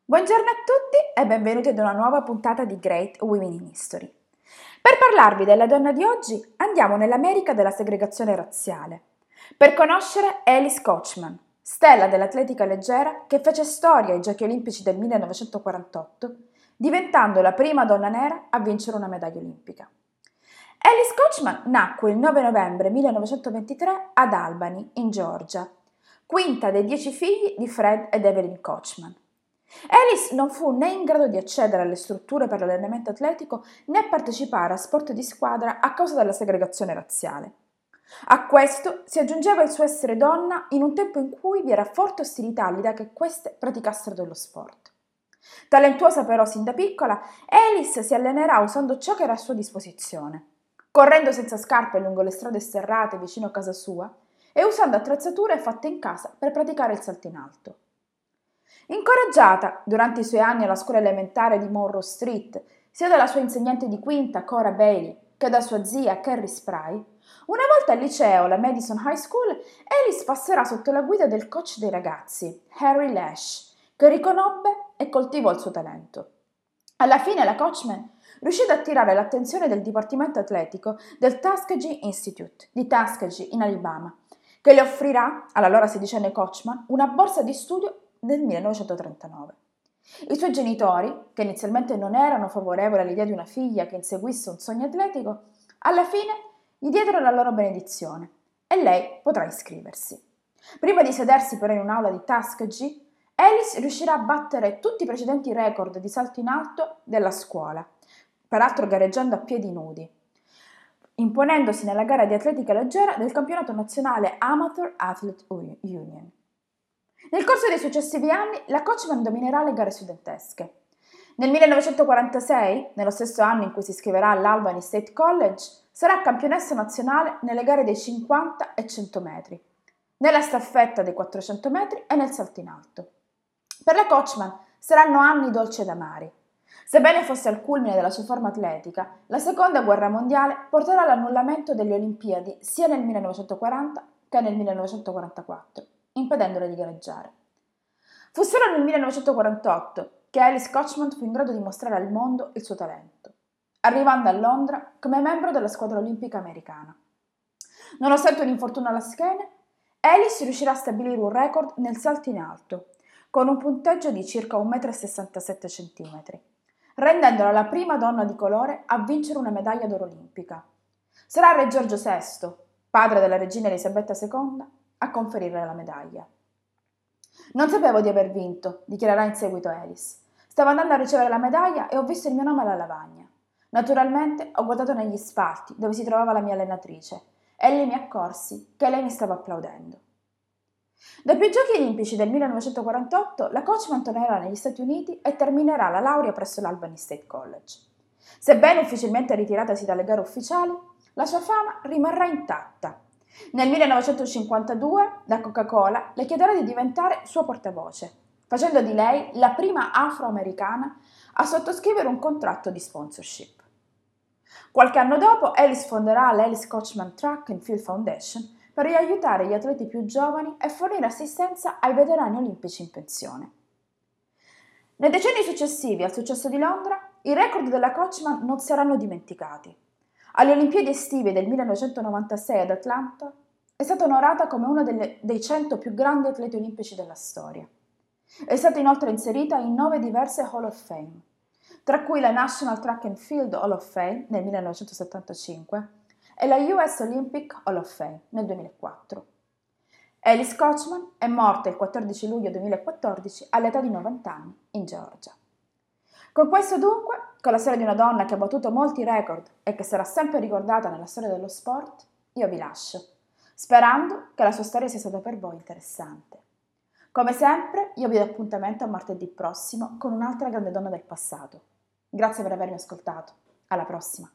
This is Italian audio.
Buongiorno a tutti e benvenuti ad una nuova puntata di Great Women in History. Per parlarvi della donna di oggi andiamo nell'America della segregazione razziale, per conoscere Alice Coachman, stella dell'atletica leggera che fece storia ai Giochi Olimpici del 1948, diventando la prima donna nera a vincere una medaglia olimpica. Alice Coachman nacque il 9 novembre 1923 ad Albany, in Georgia, quinta dei 10 figli di Fred ed Evelyn Coachman. Alice non fu né in grado di accedere alle strutture per l'allenamento atletico né partecipare a sport di squadra a causa della segregazione razziale. A questo si aggiungeva il suo essere donna in un tempo in cui vi era forte ostilità all'idea che queste praticassero dello sport. Talentuosa però sin da piccola, Alice si allenerà usando ciò che era a sua disposizione, correndo senza scarpe lungo le strade sterrate vicino a casa sua e usando attrezzature fatte in casa per praticare il salto in alto. Incoraggiata durante i suoi anni alla scuola elementare di Monroe Street, sia dalla sua insegnante di quinta Cora Bailey che da sua zia Carrie Spry, una volta al liceo, la Madison High School, Alice passerà sotto la guida del coach dei ragazzi, Harry Lash, che riconobbe e coltivò il suo talento. Alla fine la Coachman riuscì ad attirare l'attenzione del dipartimento atletico del Tuskegee Institute di Tuskegee in Alabama, che le offrirà, all'allora sedicenne Coachman, una borsa di studio nel 1939. I suoi genitori, che inizialmente non erano favorevoli all'idea di una figlia che inseguisse un sogno atletico, alla fine gli diedero la loro benedizione e lei potrà iscriversi. Prima di sedersi però in un'aula di Tuskegee, Alice riuscirà a battere tutti i precedenti record di salto in alto della scuola, peraltro gareggiando a piedi nudi, imponendosi nella gara di atletica leggera del campionato nazionale Amateur Athlete Union. Nel corso dei successivi anni, la Coachman dominerà le gare studentesche. Nel 1946, nello stesso anno in cui si iscriverà all'Albany State College, sarà campionessa nazionale nelle gare dei 50 e 100 metri, nella staffetta dei 400 metri e nel salto in alto. Per la Coachman saranno anni dolci ed amari. Sebbene fosse al culmine della sua forma atletica, la seconda guerra mondiale porterà all'annullamento delle Olimpiadi sia nel 1940 che nel 1944, impedendole di gareggiare. Fu solo nel 1948 che Alice Coachman fu in grado di mostrare al mondo il suo talento, arrivando a Londra come membro della squadra olimpica americana. Nonostante un infortunio alla schiena, Alice riuscirà a stabilire un record nel salto in alto, con un punteggio di circa 1,67 m, rendendola la prima donna di colore a vincere una medaglia d'oro olimpica. Sarà Re Giorgio VI, padre della regina Elisabetta II, a conferire la medaglia. Non sapevo di aver vinto, dichiarerà in seguito Alice. Stavo andando a ricevere la medaglia e ho visto il mio nome alla lavagna. Naturalmente ho guardato negli spalti dove si trovava la mia allenatrice e lì mi accorsi che lei mi stava applaudendo. Dopo i Giochi Olimpici del 1948, la Coachman tornerà negli Stati Uniti e terminerà la laurea presso l'Albany State College. Sebbene ufficialmente ritiratasi dalle gare ufficiali, la sua fama rimarrà intatta. Nel 1952 la Coca-Cola le chiederà di diventare suo portavoce, facendo di lei la prima afroamericana a sottoscrivere un contratto di sponsorship. Qualche anno dopo, Alice fonderà l'Alice Coachman Track and Field Foundation per aiutare gli atleti più giovani e fornire assistenza ai veterani olimpici in pensione. Nei decenni successivi al successo di Londra, i record della Coachman non saranno dimenticati. Alle Olimpiadi estive del 1996 ad Atlanta è stata onorata come una dei 100 più grandi atleti olimpici della storia. È stata inoltre inserita in 9 diverse Hall of Fame, tra cui la National Track and Field Hall of Fame nel 1975 e la US Olympic Hall of Fame nel 2004. Alice Coachman è morta il 14 luglio 2014 all'età di 90 anni in Georgia. Con questo dunque, con la storia di una donna che ha battuto molti record e che sarà sempre ricordata nella storia dello sport, io vi lascio, sperando che la sua storia sia stata per voi interessante. Come sempre, io vi do appuntamento a martedì prossimo con un'altra grande donna del passato. Grazie per avermi ascoltato. Alla prossima!